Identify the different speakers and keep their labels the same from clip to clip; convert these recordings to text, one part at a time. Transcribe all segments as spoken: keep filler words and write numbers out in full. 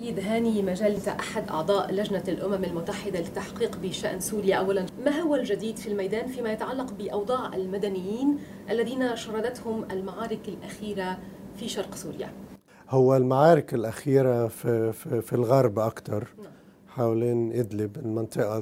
Speaker 1: سيد هاني مجلة، أحد أعضاء لجنة الأمم المتحدة للتحقيق بشأن سوريا، أولا ما هو الجديد في الميدان فيما يتعلق بأوضاع المدنيين الذين شردتهم المعارك الأخيرة في شرق سوريا؟
Speaker 2: هو المعارك الأخيرة في, في, في الغرب أكتر، حوالين إدلب، المنطقة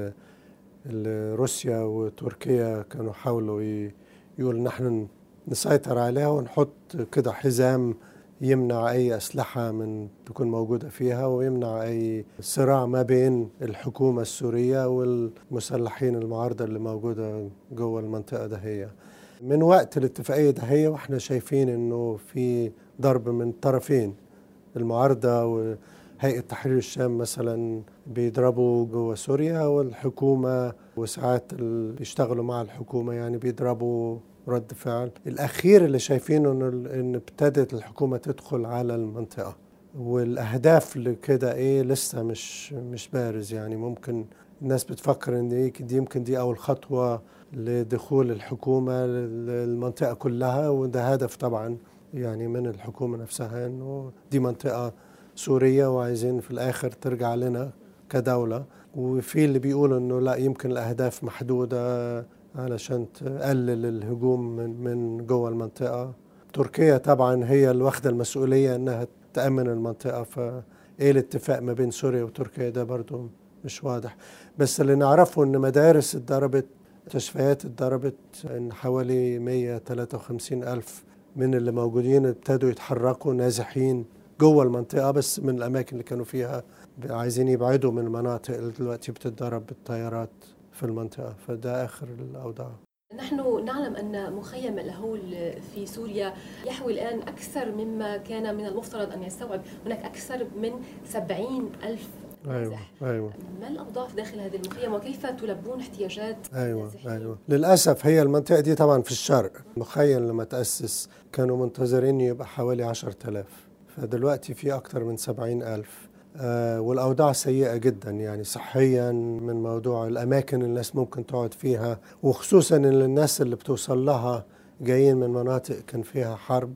Speaker 2: اللي روسيا وتركيا كانوا حاولوا يقولوا نحن نسيطر عليها ونحط كده حزام يمنع أي أسلحة من تكون موجودة فيها، ويمنع أي صراع ما بين الحكومة السورية والمسلحين المعارضة اللي موجودة جوه المنطقة دهية. من وقت الاتفاقية دهية واحنا شايفين انه في ضرب من طرفين، المعارضة وهيئة تحرير الشام مثلا بيضربوا جوه سوريا، والحكومة وساعات اللي بيشتغلوا مع الحكومة يعني بيضربوا رد فعل. الأخير اللي شايفينه إن ابتدت الحكومة تدخل على المنطقة، والأهداف لكده إيه لسه مش مش بارز. يعني ممكن الناس بتفكر إن دي يمكن دي أول خطوة لدخول الحكومة للمنطقة كلها، وده هدف طبعا يعني من الحكومة نفسها إنه دي منطقة سورية وعايزين في الآخر ترجع لنا كدولة. وفي اللي بيقولوا إنه لا، يمكن الأهداف محدودة علشان تقلل الهجوم من من جوه المنطقة. تركيا طبعا هي اللي واخدة المسؤولية إنها تأمن المنطقة، فإيه الاتفاق ما بين سوريا وتركيا ده برضو مش واضح. بس اللي نعرفه إن مدارس اتضربت، مستشفيات اتضربت، إن حوالي مية وثلاثة وخمسين ألف من اللي موجودين ابتدوا يتحركوا نازحين جوه المنطقة، بس من الأماكن اللي كانوا فيها عايزين يبعدوا من المناطق اللي دلوقتي بتتضرب بالطيارات في المنطقة. فده آخر الأوضاع.
Speaker 1: نحن نعلم أن مخيم الهول في سوريا يحوي الآن أكثر مما كان من المفترض أن يستوعب. هناك أكثر من سبعين ألف نازح.
Speaker 2: أيوة أيوة.
Speaker 1: ما الأوضاع داخل هذه المخيم وكيف تلبون احتياجات
Speaker 2: أيوة
Speaker 1: النازحين؟
Speaker 2: أيوة. للأسف هي المنطقة دي طبعا في الشرق. المخيم لما تأسس كانوا منتظرين يبقى حوالي عشرة آلاف، فدلوقتي في أكثر من سبعين ألف. آه والأوضاع سيئة جدا يعني صحيا، من موضوع الأماكن اللي الناس ممكن تقعد فيها، وخصوصا إن الناس اللي بتوصل لها جايين من مناطق كان فيها حرب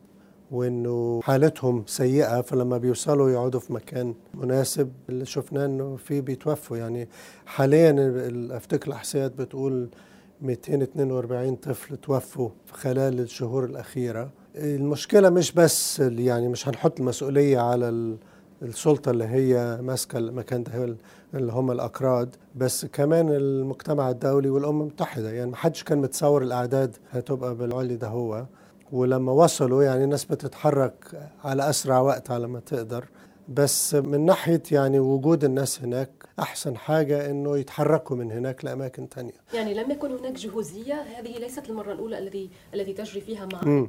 Speaker 2: وإنه حالتهم سيئة، فلما بيوصلوا يقعدوا في مكان مناسب اللي شفناه إنه في بيتوفوا. يعني حاليا أفتكر الإحصائيات بتقول مئتين واثنين وأربعين طفل توفوا في خلال الشهور الأخيرة. المشكلة مش بس يعني مش هنحط المسؤولية على السلطة اللي هي ماسكة المكان ده اللي هم الأكراد، بس كمان المجتمع الدولي والأمم المتحدة. يعني محدش كان متصور الأعداد هتبقى بالعلي ده هو، ولما وصلوا يعني الناس بتتحرك على أسرع وقت على ما تقدر. بس من ناحية يعني وجود الناس هناك، أحسن حاجة إنه يتحركوا من هناك لأماكن تانية.
Speaker 1: يعني لم يكن هناك جهوزية، هذه ليست المرة الأولى الذي التي تجري فيها معارك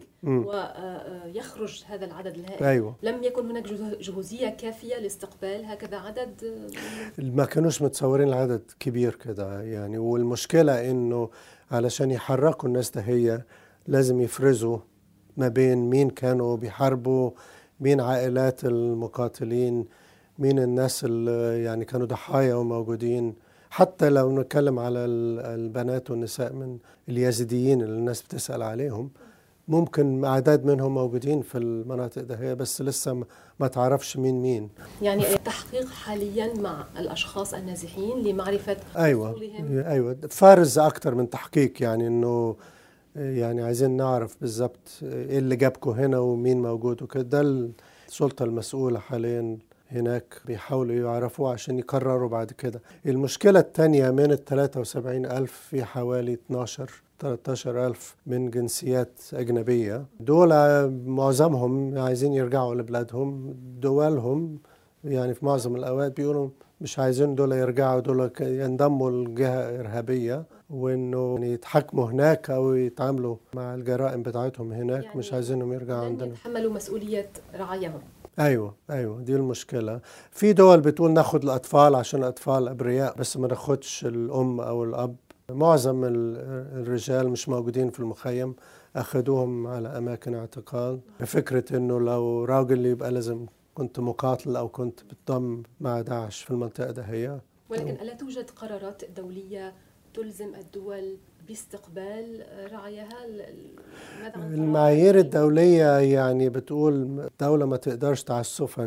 Speaker 1: ويخرج هذا العدد الهائل.
Speaker 2: أيوة.
Speaker 1: لم يكن هناك جهوزية كافية لاستقبال هكذا عدد؟
Speaker 2: ما كانوش متصورين العدد كبير كده يعني. والمشكلة إنه علشان يحركوا الناس ده هي لازم يفرزوا ما بين مين كانوا بيحاربوا، مين عائلات المقاتلين، مين الناس اللي يعني كانوا ضحايا وموجودين. حتى لو نتكلم على البنات والنساء من اليزيديين اللي الناس بتسأل عليهم، ممكن أعداد منهم موجودين في المناطق ده هي، بس لسه ما تعرفش مين مين.
Speaker 1: يعني التحقيق حاليا مع الأشخاص النازحين لمعرفة
Speaker 2: أيوة
Speaker 1: وصولهم.
Speaker 2: أيوة فارز أكتر من تحقيق، يعني إنه يعني عايزين نعرف بالضبط إيه اللي جابكم هنا ومين موجود وكده. ده السلطة المسؤولة حاليا هناك بيحاولوا يعرفوه عشان يقرروا بعد كده. المشكلة التانية من الثلاثة وسبعين ألف في حوالي اثناشر ثلاثة عشر ألف من جنسيات أجنبية. دول معظمهم عايزين يرجعوا لبلادهم، دولهم يعني في معظم الأوقات بيقولوا مش عايزين دول يرجعوا، دول ينضموا لجهة إرهابية، وإنه يتحكموا هناك أو يتعاملوا مع الجرائم بتاعتهم هناك. يعني مش عايزينهم يرجعوا عندنا،
Speaker 1: يتحملوا مسؤولية رعايهم.
Speaker 2: أيوة أيوة دي المشكلة. في دول بتقول ناخد الأطفال عشان الأطفال أبرياء، بس ما ناخدش الأم أو الأب. معظم الرجال مش موجودين في المخيم، أخدوهم على أماكن اعتقال بفكرة إنه لو راجل يبقى لازم كنت مقاتل أو كنت بتضم مع داعش في المنطقة ده هي.
Speaker 1: ولكن ألا توجد قرارات دولية تلزم الدول باستقبال رعاياها؟
Speaker 2: المعايير الدولية يعني بتقول الدولة ما تقدرش تعسفا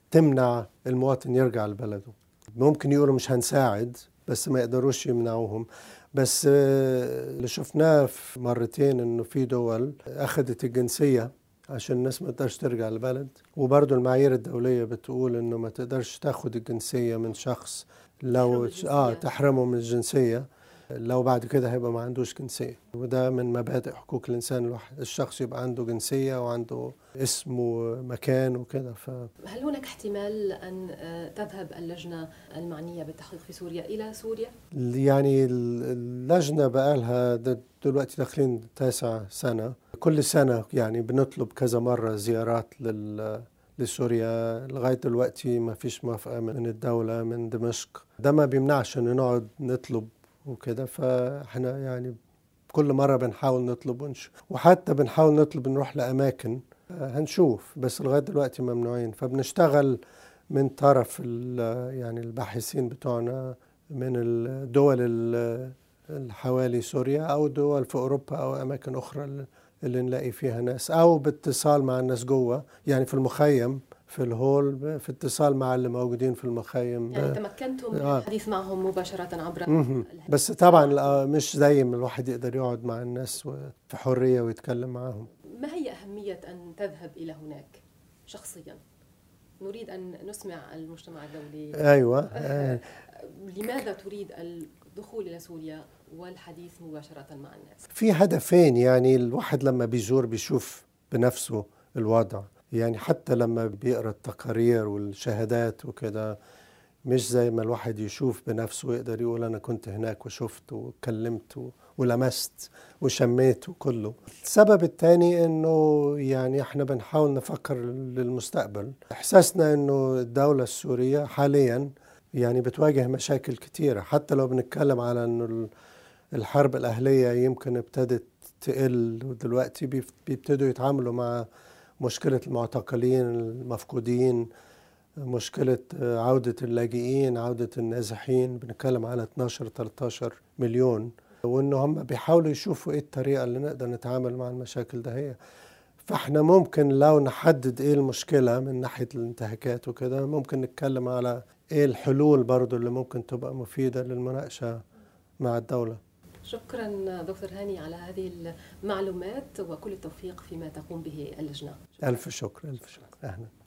Speaker 2: تمنع المواطن يرجع لبلده. ممكن يقولوا مش هنساعد، بس ما يقدروش يمنعوهم. بس اللي شفناه في مرتين انه في دول اخذت الجنسية عشان الناس ما تقدرش ترجع البلد، وبرضه المعايير الدولية بتقول انه ما تقدرش تاخد الجنسية من شخص لو اه تحرمه من الجنسية لو بعد كده هيبقى ما عندوش جنسية. وده من مبادئ حقوق الإنسان، الواحد الشخص يبقى عنده جنسية وعنده اسم ومكان وكده. ف...
Speaker 1: هل هناك احتمال أن تذهب اللجنة المعنية بالتحقيق في سوريا إلى سوريا؟
Speaker 2: يعني اللجنة بقى لها دلوقتي داخلين تاسع سنة، كل سنة يعني بنطلب كذا مرة زيارات لل لسوريا. لغاية دلوقتي ما فيش موافقة من الدولة من دمشق. ده ما بيمنعش ان نقعد نطلب وكده، فاحنا يعني كل مرة بنحاول نطلب ونشوف، وحتى بنحاول نطلب نروح لأماكن هنشوف، بس لغاية دلوقتي ممنوعين. فبنشتغل من طرف يعني الباحثين بتوعنا من الدول الحوالي سوريا أو دول في أوروبا أو أماكن أخرى اللي نلاقي فيها ناس، أو باتصال مع الناس جوه يعني في المخيم في الهول، في اتصال مع اللي موجودين في المخيم.
Speaker 1: يعني تمكنتم من
Speaker 2: آه.
Speaker 1: الحديث معهم مباشرة عبر
Speaker 2: مم. بس طبعا مش زي ما الواحد يقدر يقعد مع الناس في حرية ويتكلم معهم.
Speaker 1: ما هي أهمية أن تذهب إلى هناك شخصيا؟ نريد أن نسمع المجتمع الدولي.
Speaker 2: أيوة.
Speaker 1: لماذا تريد الدخول إلى سوريا والحديث مباشرة مع الناس؟
Speaker 2: في هدفين. يعني الواحد لما بيزور بيشوف بنفسه الوضع، يعني حتى لما بيقرأ التقارير والشهادات وكده، مش زي ما الواحد يشوف بنفسه ويقدر يقول أنا كنت هناك وشفت وكلمت ولمست وشميت وكله. السبب الثاني إنه يعني إحنا بنحاول نفكر للمستقبل. إحساسنا إنه الدولة السورية حاليا يعني بتواجه مشاكل كتيرة، حتى لو بنتكلم على إنه الحرب الأهلية يمكن ابتدت تقل، ودلوقتي بيبتدوا يتعاملوا مع مشكلة المعتقلين المفقودين، مشكلة عودة اللاجئين، عودة النازحين، بنتكلم على اثناشر ثلاثة عشر مليون، وإنه هم بيحاولوا يشوفوا إيه الطريقة اللي نقدر نتعامل مع المشاكل ده. هي فإحنا ممكن لو نحدد إيه المشكلة من ناحية الانتهاكات وكده، ممكن نتكلم على إيه الحلول برضو اللي ممكن تبقى مفيدة للمناقشة مع الدولة.
Speaker 1: شكرا دكتور هاني على هذه المعلومات، وكل التوفيق فيما تقوم به اللجنة.
Speaker 2: ألف شكر. ألف شكر. أهلا.